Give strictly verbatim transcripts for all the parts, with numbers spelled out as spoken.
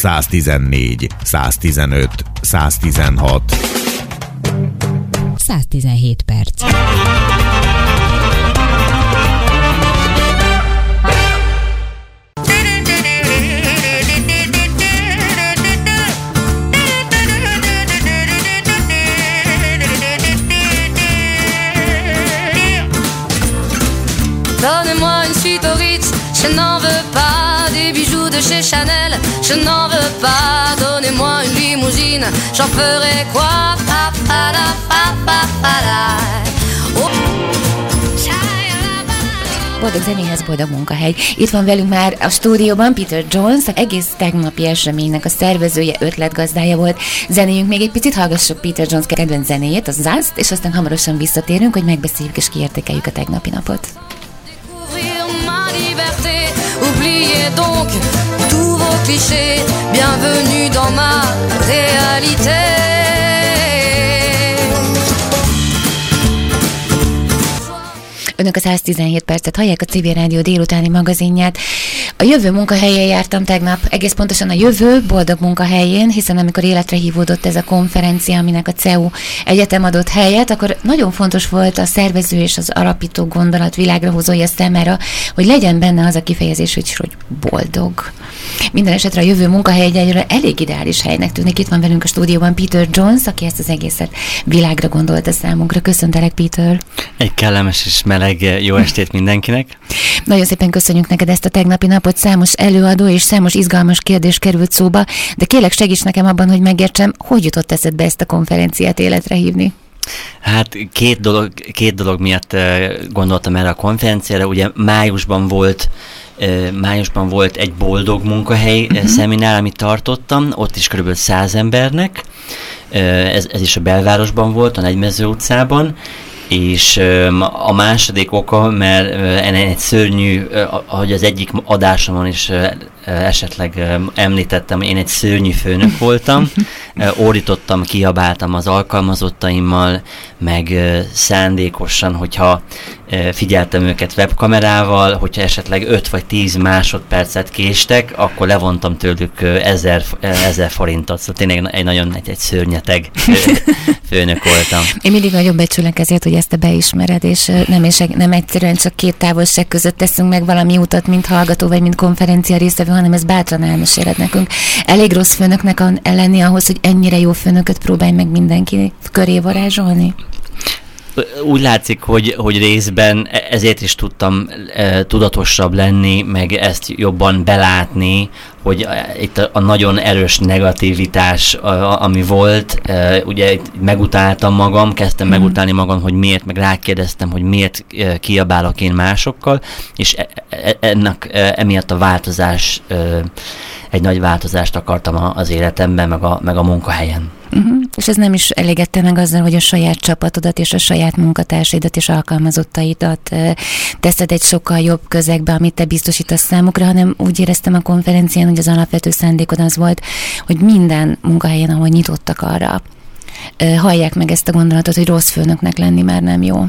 száztizennégy, száztizenöt, száztizenhat. száztizenhét perc. Donnez-moi une suite au Ritz, je n'en veux pas. Des bijoux de chez Chanel, je n'en veux pas. Donnez-moi une limousine, j'en ferai quoi? Pa, pa, la, pa, pa, pa, la. Oh. Boldog zenéhez boldog munkahely. Itt van velünk már a stúdióban Peter Jones, az egész tegnapi eseménynek a szervezője, ötletgazdája volt. Zenéjünk még egy picit, hallgassuk Peter Jones kedvenc zenéjét, a Zast, és aztán hamarosan visszatérünk, hogy megbeszéljük és kiértékeljük a tegnapi napot. Oubliez donc tous vos clichés, bienvenue dans ma réalité. Önök a száztizenhét percet hallják, a Civil Rádió délutáni magazinját. A jövő munkahelyén jártam tegnap, egész pontosan a jövő boldog munkahelyén, hiszen amikor életre hívódott ez a konferencia, aminek a cé e u egyetem adott helyet, akkor nagyon fontos volt a szervező és az alapító gondolat világra hozója számára, hogy legyen benne az a kifejezés, hogy, hogy boldog. Minden esetre a jövő munkahely egyelőre elég ideális helynek tűnik. Itt van velünk a stúdióban Peter Jones, aki ezt az egészet világra gondolta számunkra. Köszöntelek, Peter! Egy kellemes és meleg jó estét mindenkinek! Nagyon szépen köszönjük neked ezt a tegnapi napot, számos előadó és számos izgalmas kérdés került szóba, de kérlek segíts nekem abban, hogy megértsem, hogy jutott eszedbe ezt a konferenciát életre hívni? Hát két dolog, két dolog miatt gondoltam erre a konferenciára. Ugye májusban volt májusban volt egy boldog munkahely uh-huh. szeminár, amit tartottam, ott is körülbelül száz embernek. Ez, ez is a belvárosban volt, a Nagymező utcában. És a második oka, mert egy szörnyű, ahogy az egyik adásomon is esetleg említettem, én egy szörnyű főnök voltam, ordítottam, kiabáltam az alkalmazottaimmal, meg szándékosan, hogyha figyeltem őket webkamerával, hogyha esetleg öt vagy tíz másodpercet késtek, akkor levontam tőlük ezer, ezer forintot, szóval tényleg egy nagyon egy, egy szörnyeteg főnök voltam. Én mindig nagyon becsülek ezért, hogy ezt te beismered, és nem, és nem egyszerűen csak két távolság között teszünk meg valami utat, mint hallgató, vagy mint konferencia résztvevő, hanem ez bátran elmeséled nekünk. Elég rossz főnöknek lenni ahhoz, hogy ennyire jó főnököt próbálj meg mindenki köré varázsolni? Úgy látszik, hogy, hogy részben ezért is tudtam e, tudatosabb lenni, meg ezt jobban belátni, hogy itt a, a nagyon erős negativitás, a, ami volt, e, ugye itt megutáltam magam, kezdtem mm. megutálni magam, hogy miért, meg rákérdeztem, hogy miért e, kiabálok én másokkal, és e, e, ennek e, emiatt a változás, e, egy nagy változást akartam az életemben, meg a, meg a munkahelyen. Uh-huh. És ez nem is elégette meg azzal, hogy a saját csapatodat és a saját munkatársaidat és alkalmazottaidat teszed egy sokkal jobb közegbe, amit te biztosítasz számukra, hanem úgy éreztem a konferencián, hogy az alapvető szándékod az volt, hogy minden munkahelyen, ahol nyitottak arra, hallják meg ezt a gondolatot, hogy rossz főnöknek lenni már nem jó.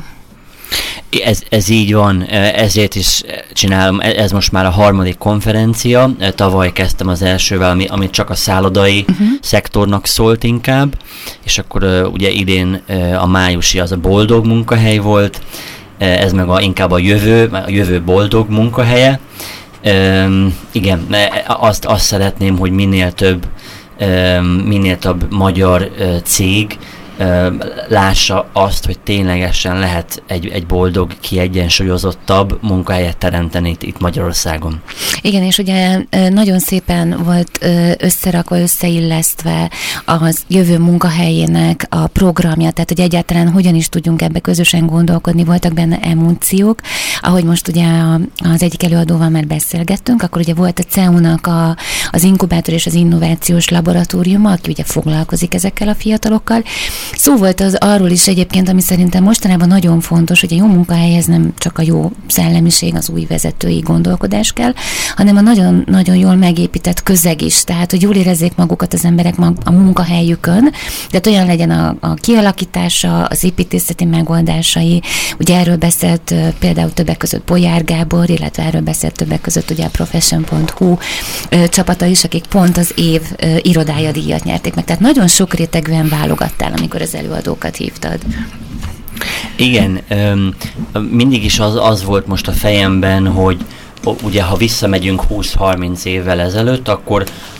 Ez, ez így van, ezért is csinálom, ez most már a harmadik konferencia, tavaly kezdtem az elsővel, ami, amit csak a szállodai uh-huh. szektornak szólt inkább, és akkor uh, ugye idén uh, a májusi az a boldog munkahely volt, uh, ez meg a, inkább a jövő, a jövő boldog munkahelye. Um, igen, azt, azt szeretném, hogy minél több, um, minél több magyar uh, cég lássa azt, hogy ténylegesen lehet egy, egy boldog, kiegyensúlyozottabb munkahelyet teremteni itt, itt Magyarországon. Igen, és ugye nagyon szépen volt összerakva, összeillesztve az jövő munkahelyének a programja, tehát hogy egyáltalán hogyan is tudjunk ebbe közösen gondolkodni, voltak benne emóciók. Ahogy most ugye az egyik előadóval már beszélgettünk, akkor ugye volt a cé e u-nak a, az inkubátor és az innovációs laboratóriuma, aki ugye foglalkozik ezekkel a fiatalokkal, Szó volt az arról is egyébként, ami szerintem mostanában nagyon fontos, hogy a jó munkahelyhez nem csak a jó szellemiség, az új vezetői gondolkodás kell, hanem a nagyon, nagyon jól megépített közeg is. Tehát, hogy jól érezzék magukat az emberek a munkahelyükön, tehát olyan legyen a, a kialakítása, az építészeti megoldásai. Ugye erről beszélt például többek között Bolyár Gábor, illetve erről beszélt többek között ugye a profession pont hu csapata is, akik pont az év irodája díjat nyerték meg. Tehát nagyon sok rétegűen válogattál, amikor az előadókat hívtad. Igen, mindig is az, az volt most a fejemben, hogy ugye ha visszamegyünk húsz-harminc évvel ezelőtt, akkor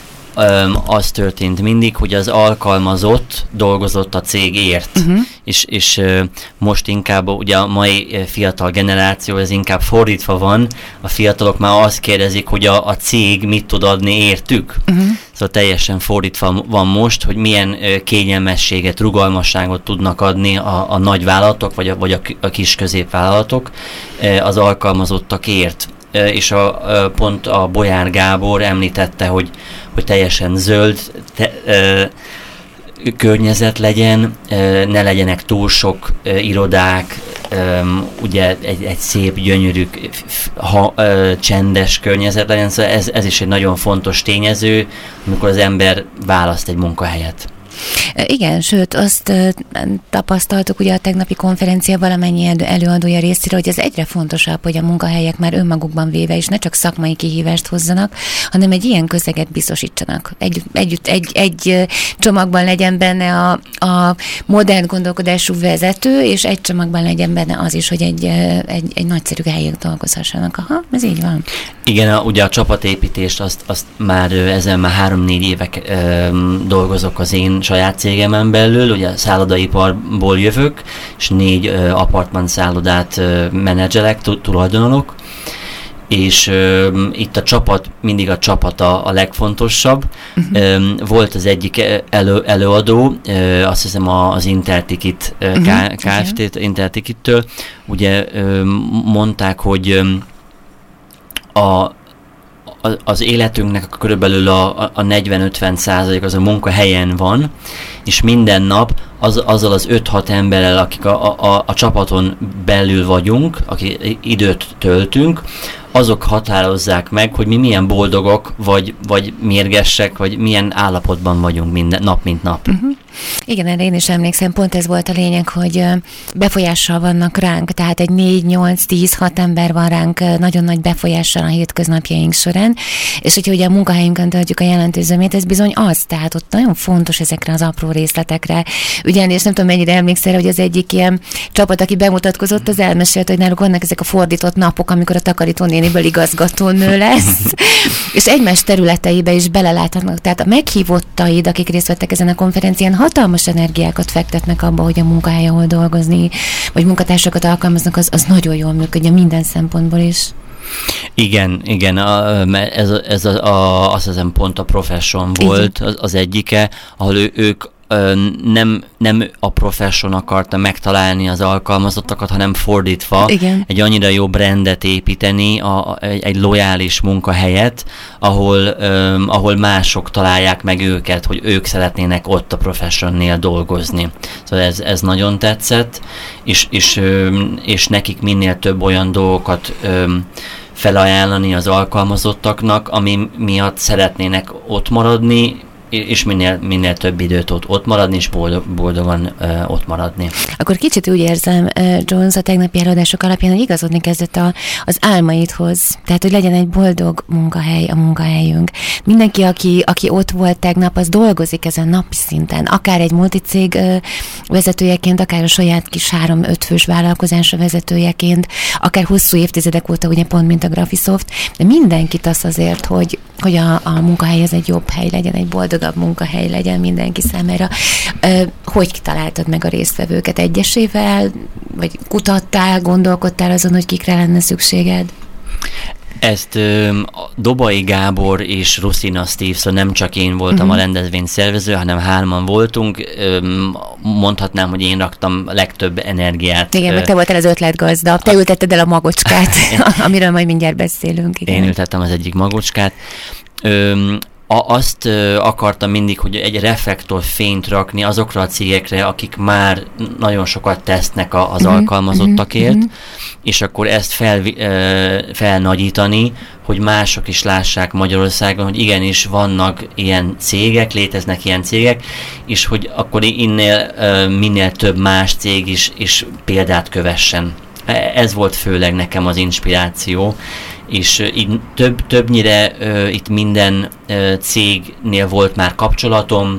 az történt mindig, hogy az alkalmazott dolgozott a cégért, uh-huh. és, és most inkább ugye a mai fiatal generáció, ez inkább fordítva van, a fiatalok már azt kérdezik, hogy a, a cég mit tud adni értük. Uh-huh. Szóval teljesen fordítva van most, hogy milyen kényelmességet, rugalmasságot tudnak adni a, a nagyvállalatok, vagy a, vagy a, a kis középvállalatok az alkalmazottakért. És a, pont a Bolyár Gábor említette, hogy, hogy teljesen zöld te, ö, környezet legyen, ö, ne legyenek túl sok ö, irodák, ö, ugye egy, egy szép, gyönyörű, ha, ö, csendes környezet legyen, szóval ez, ez is egy nagyon fontos tényező, amikor az ember választ egy munkahelyet. Igen, sőt, azt tapasztaltuk ugye a tegnapi konferencia valamennyi előadója részéről, hogy ez egyre fontosabb, hogy a munkahelyek már önmagukban véve is ne csak szakmai kihívást hozzanak, hanem egy ilyen közeget biztosítsanak. Egy, együtt, egy, egy csomagban legyen benne a, a modern gondolkodású vezető, és egy csomagban legyen benne az is, hogy egy, egy, egy nagyszerű helyen dolgozhassanak. Aha, ez így van. Igen, a, ugye a csapatépítést, azt, azt már ezen már három-négy évek ö, dolgozok az én saját cégemen belül, ugye a szállodaiparból jövök, és négy ö, apartman szállodát ö, menedzselek, tulajdonolok, és ö, itt a csapat, mindig a csapat a, a legfontosabb. Uh-huh. Ö, volt az egyik elő, előadó, ö, azt hiszem az Interticket ö, uh-huh. Kft. Uh-huh. Interticket-től, ugye ö, mondták, hogy ö, a az életünknek körülbelül a, a negyven-ötven százalék az a munkahelyen van, és minden nap az, azzal az öt-hat emberrel, akik a, a, a csapaton belül vagyunk, akik időt töltünk, azok határozzák meg, hogy mi milyen boldogok, vagy, vagy mérgesek, vagy milyen állapotban vagyunk minden nap, mint nap. Uh-huh. Igen, erre én is emlékszem, pont ez volt a lényeg, hogy befolyással vannak ránk, tehát egy négy, nyolc, tíz, hat ember van ránk nagyon nagy befolyással a hétköznapjaink során, és hogyha ugye a munkahelyünkön töltjük a jelentőzőmét, ez bizony az, tehát ott nagyon fontos ezekre az apró részletekre. Ugyanis nem tudom, mennyire emlékszel, hogy az egyik ilyen csapat, aki bemutatkozott, az elmesélt, hogy náluk vannak ezek a fordított napok, amikor a takarítónéniből igazgatónő lesz, és egymás területeibe is beleláthatnak. Tehát a meghívottaid, akik részt vettek ezen a konferencián, hatalmas energiákat fektetnek abba, hogy a munkahely, ahol dolgozni, vagy munkatársakat alkalmaznak, az, az nagyon jól működjön minden szempontból is. Igen, igen, a, ez, ez a, a, azt hiszem pont a Profession volt az, az egyike, ahol ő, ők nem, nem a Profession akarta megtalálni az alkalmazottakat, hanem fordítva. Igen. Egy annyira jó brandet építeni, a, egy, egy lojális munkahelyet, ahol, um, ahol mások találják meg őket, hogy ők szeretnének ott a Professionnél dolgozni. Szóval ez, ez nagyon tetszett, és, és, um, és nekik minél több olyan dolgokat um, felajánlani az alkalmazottaknak, ami miatt szeretnének ott maradni, és minél, minél több időt ott, ott maradni, és boldog, boldogan uh, ott maradni. Akkor kicsit úgy érzem, uh, Jones, a tegnapi előadások alapján, hogy igazodni kezdett a, az álmaidhoz. Tehát, hogy legyen egy boldog munkahely a munkahelyünk. Mindenki, aki, aki ott volt tegnap, az dolgozik ezen napi szinten. Akár egy multicég uh, vezetőjeként, akár a saját kis három-öt fős vállalkozása vezetőjeként, akár hosszú évtizedek óta, ugye pont, mint a Graphisoft, de mindenkit tesz azért, hogy, hogy a, a munkahely ez egy jobb hely legyen, egy boldogabb munkahely legyen mindenki számára. Hogy találtad meg a résztvevőket? Egyesével? Vagy kutattál, gondolkodtál azon, hogy kikre lenne szükséged? Ezt ö, Dobai Gábor és Ruszina Steve, szóval nem csak én voltam uh-huh. a rendezvény szervező, hanem hárman voltunk. Ö, mondhatnám, hogy én raktam legtöbb energiát. Igen, mert te voltál az ötletgazda. Te ültetted el a magocskát, amiről majd mindjárt beszélünk. Igen. Én ültettem az egyik magocskát. Ö, a, azt ö, akartam mindig, hogy egy reflektorfényt rakni azokra a cégekre, akik már nagyon sokat tesznek a, az uh-huh, alkalmazottakért, uh-huh. és akkor ezt fel, ö, felnagyítani, hogy mások is lássák Magyarországon, hogy igenis vannak ilyen cégek, léteznek ilyen cégek, és hogy akkor innél ö, minél több más cég is, is példát kövessen. Ez volt főleg nekem az inspiráció, és uh, így több, többnyire uh, itt minden uh, cégnél volt már kapcsolatom,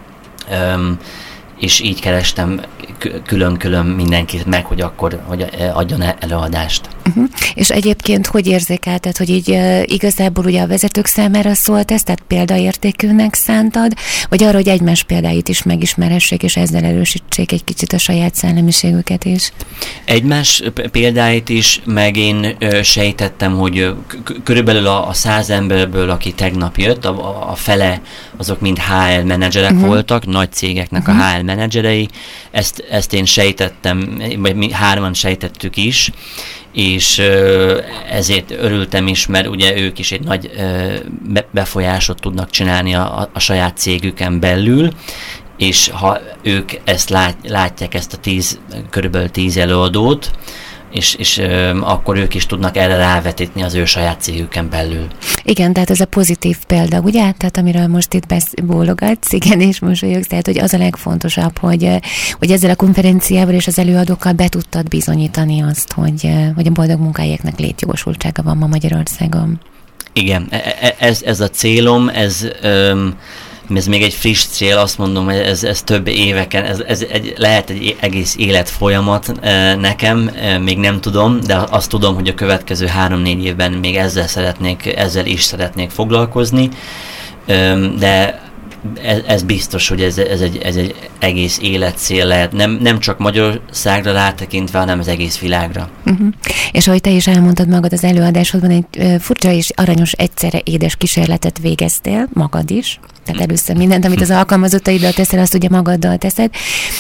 um, és így kerestem külön-külön mindenkit meg, hogy akkor hogy adjon előadást. Uh-huh. És egyébként hogy érzékelted, hogy így uh, igazából ugye a vezetők számára szólt ez, tehát példaértékűnek szántad, vagy arra, hogy egymás példáit is megismerhessék, és ezzel erősítsék egy kicsit a saját szellemiségüket is? Egymás példáit is, meg én ö, sejtettem, hogy k- körülbelül a, a száz emberből, aki tegnap jött, a, a fele azok mind há er menedzserek uh-huh. voltak, nagy cégeknek uh-huh. a há er menedzserei, ezt, ezt én sejtettem, vagy mi hárman sejtettük is, és ezért örültem is, mert ugye ők is egy nagy befolyásot tudnak csinálni a, a saját cégüken belül, és ha ők ezt lát, látják, ezt a tíz, körülbelül tíz előadót, és, és ö, akkor ők is tudnak erre rávetíteni az ő saját cégüken belül. Igen, tehát ez a pozitív példa, ugye? Tehát amiről most itt besz- bólogatsz, igen, és mosolyogsz, tehát hogy az a legfontosabb, hogy, hogy ezzel a konferenciával és az előadókkal be tudtad bizonyítani azt, hogy, hogy a boldog munkahelyeknek létjogosultsága van ma Magyarországon. Igen, ez, ez a célom, ez... Öm, ez még egy friss cél, azt mondom, ez, ez több éveken, ez, ez egy, lehet egy egész életfolyamat e, nekem, e, még nem tudom, de azt tudom, hogy a következő három-négy évben még ezzel szeretnék, ezzel is szeretnék foglalkozni, e, de ez, ez biztos, hogy ez, ez, egy, ez egy egész életcél lehet, nem, nem csak Magyarországra rátekintve, hanem az egész világra. Uh-huh. És ahogy te is elmondtad magad az előadásodban, egy uh, furcsa és aranyos, egyszerre édes kísérletet végeztél, magad is, tehát először mindent, amit az alkalmazottaiddal teszel, azt ugye magaddal teszed,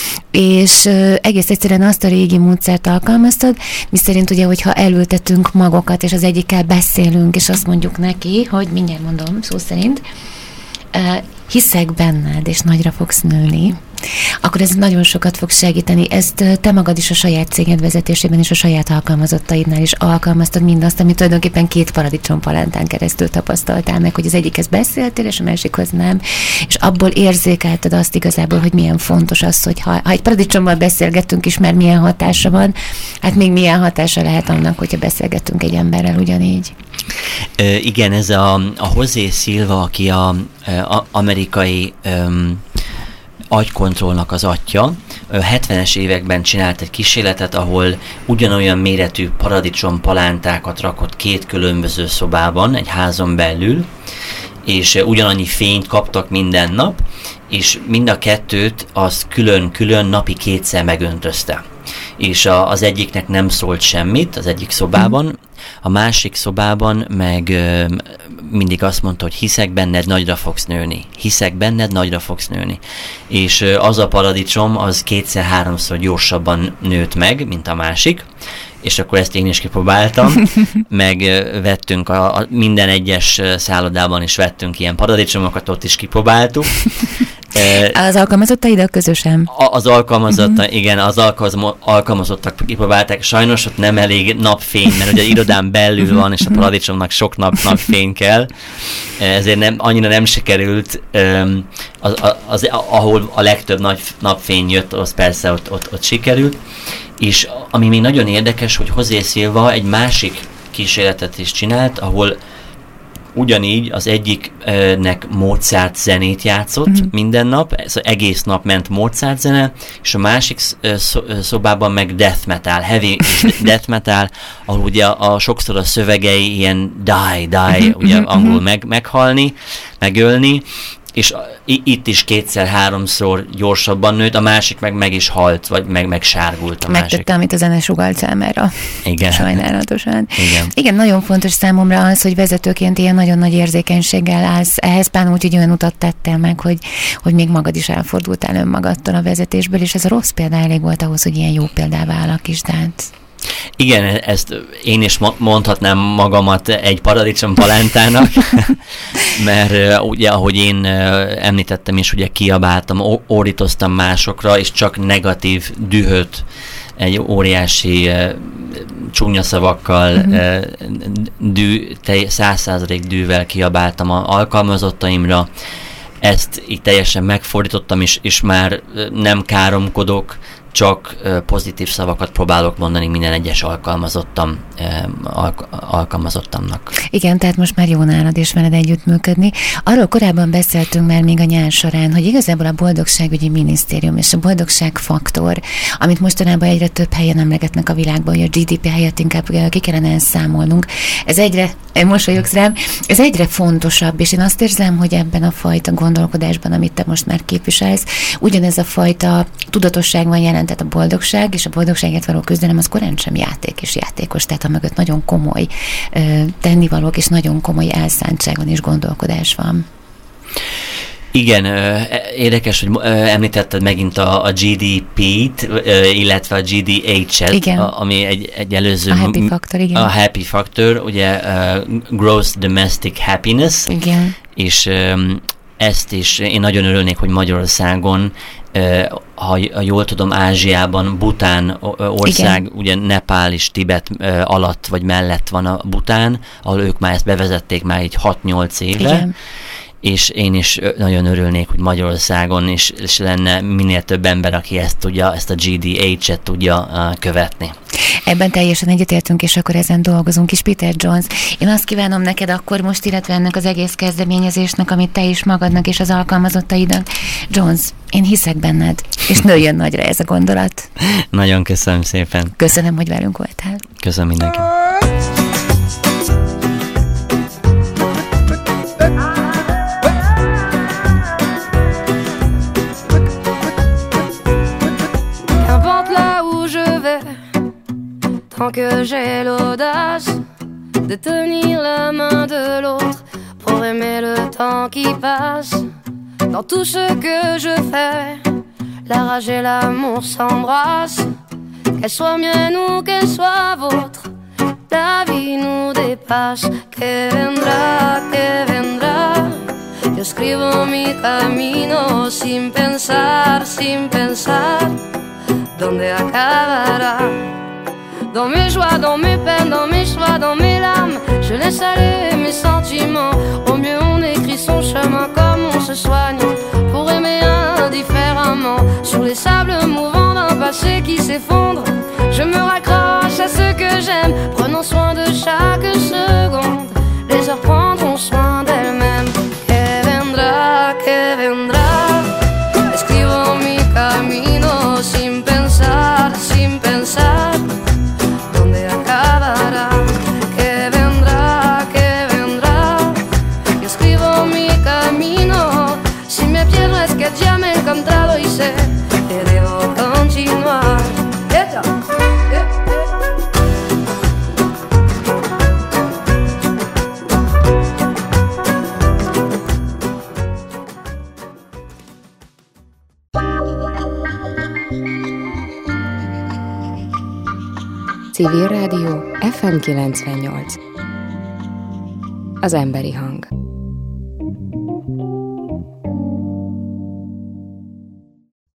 és uh, egész egyszerűen azt a régi módszert alkalmaztad, miszerint ugye, hogyha elültetünk magokat, és az egyikkel beszélünk, és azt mondjuk neki, hogy mindjárt mondom, szó szerint, uh, hiszek benned, és nagyra fogsz nőni, akkor ez nagyon sokat fog segíteni. Ezt te magad is a saját céged vezetésében és a saját alkalmazottaidnál is alkalmaztad mindazt, amit tulajdonképpen két paradicsompalántán keresztül tapasztaltál meg, hogy az egyikhez beszéltél, és a másikhoz nem, és abból érzékelted azt igazából, hogy milyen fontos az, hogy ha, ha egy paradicsommal beszélgettünk is, mert milyen hatása van, hát még milyen hatása lehet annak, hogyha beszélgetünk egy emberrel ugyanígy. Ö, igen, ez a, a José Silva, aki a, a amerikai um, agykontrollnak az atya, hetvenes években csinált egy kísérletet, ahol ugyanolyan méretű paradicsom palántákat rakott két különböző szobában, egy házon belül, és ugyanannyi fényt kaptak minden nap, és mind a kettőt az külön-külön napi kétszer megöntözte. És a, az egyiknek nem szólt semmit az egyik szobában, a másik szobában meg ö, mindig azt mondta, hogy hiszek benned, nagyra fogsz nőni. Hiszek benned, nagyra fogsz nőni. És ö, az a paradicsom, az kétszer-háromszor gyorsabban nőtt meg, mint a másik, és akkor ezt én is kipróbáltam, meg ö, vettünk a, a minden egyes szállodában is vettünk ilyen paradicsomokat, ott is kipróbáltuk. Az alkalmazottaiddal közösen? Az alkalmazottak, uh-huh. igen, az alkalmazottak kipróbálták. Sajnos ott nem elég napfény, mert ugye irodán belül van, és a paradicsomnak sok nap napfény kell. Ezért nem, annyira nem sikerült, az, az, az, ahol a legtöbb nagy napfény jött, az persze ott, ott, ott sikerült. És ami még nagyon érdekes, hogy José Silva egy másik kísérletet is csinált, ahol ugyanígy az egyiknek Mozart zenét játszott uh-huh. minden nap, ez egész nap ment Mozart zene, és a másik szobában meg death metal, heavy death metal, ahol ugye a, a sokszor a szövegei ilyen die, die, uh-huh. ugye angolul meg, meghalni, megölni, és itt is kétszer-háromszor gyorsabban nőtt, a másik meg meg is halt, vagy meg, meg sárgult a másik. Megtette, amit a zene sugalt számára. Igen. Sajnálatosan. Igen. Igen, nagyon fontos számomra az, hogy vezetőként ilyen nagyon nagy érzékenységgel állsz. Ehhez pán úgy, hogy olyan utat tettél meg, hogy, hogy még magad is elfordultál önmagadtól a vezetésből, és ez a rossz példa elég volt ahhoz, hogy ilyen jó példává alakítsd át. Igen, ezt én is mondhatnám magamat egy paradicsom palántának, mert ugye, ahogy én említettem is, ugye kiabáltam, ordítoztam másokra, és csak negatív dühöt, egy óriási uh, csúnya szavakkal, uh-huh. uh, dű, száz százalék dűvel kiabáltam az alkalmazottaimra. Ezt így teljesen megfordítottam, és, és már nem káromkodok, csak uh, pozitív szavakat próbálok mondani minden egyes alkalmazottam, uh, alk- alkalmazottamnak. Igen, tehát most már jó nálad és veled együttműködni. Arról korábban beszéltünk már még a nyár során, hogy igazából a boldogságügyi minisztérium és a boldogságfaktor, amit mostanában egyre több helyen emlegetnek a világban, hogy a gé dé pé helyett inkább ki kellene elszámolnunk. Ez egyre, mosolyogsz rám, ez egyre fontosabb, és én azt érzem, hogy ebben a fajta gondolkodásban, amit te most már képviselsz, ugyanez a fajta tudatosság van jelen, tehát a boldogság és a boldogságért való küzdelem az korán sem játék és játékos, tehát a mögött nagyon komoly ö, tennivalók és nagyon komoly elszántság van és gondolkodás van. Igen, érdekes, hogy említetted megint a, a gé dé pét, illetve a gé dé há-et, ami egy, egy előző... A happy factor, igen. A happy factor, ugye uh, gross domestic happiness. Igen. És um, ezt is én nagyon örülnék, hogy Magyarországon, uh, ha, ha jól tudom, Ázsiában Bután ország, igen. Ugye Nepál és Tibet uh, alatt vagy mellett van a Bután, ahol ők már ezt bevezették már egy hat-nyolc éve. Igen. És én is nagyon örülnék, hogy Magyarországon is, is lenne minél több ember, aki ezt tudja, ezt a gé dé há-et tudja uh, követni. Ebben teljesen egyetértünk, és akkor ezen dolgozunk is. Peter Jones, én azt kívánom neked akkor most, illetve ennek az egész kezdeményezésnek, amit te is magadnak és az alkalmazottaidnak. Jones, én hiszek benned, és nőjön nagyra ez a gondolat. Nagyon köszönöm szépen. Köszönöm, hogy velünk voltál. Köszönöm mindenki. Tant que j'ai l'audace de tenir la main de l'autre pour aimer le temps qui passe. Dans tout ce que je fais, la rage et l'amour s'embrassent. Qu'elle soit mienne ou qu'elle soit vôtre, la vie nous dépasse. Que vendrá, que vendrá. Yo escribo mi camino sin pensar, sin pensar dónde acabará. Dans mes joies, dans mes peines, dans mes choix, dans mes larmes, je laisse aller mes sentiments. Au mieux on écrit son chemin comme on se soigne pour aimer indifféremment. Sur les sables mouvants d'un passé qui s'effondre, je me raccroche à ce que j'aime, prenant soin de chaque seconde. Les heures prendront soin d'elles-mêmes. Que vendrá, que vendrá. Escribo mi camino sin pensar, sin pensar. Que vendrá, que vendrá. Yo escribo mi camino. Si me pierdo es que ya me he encontrado y sé que debo continuar. Yeah. Civil Rádió ef em kilencvennyolc. Az emberi hang.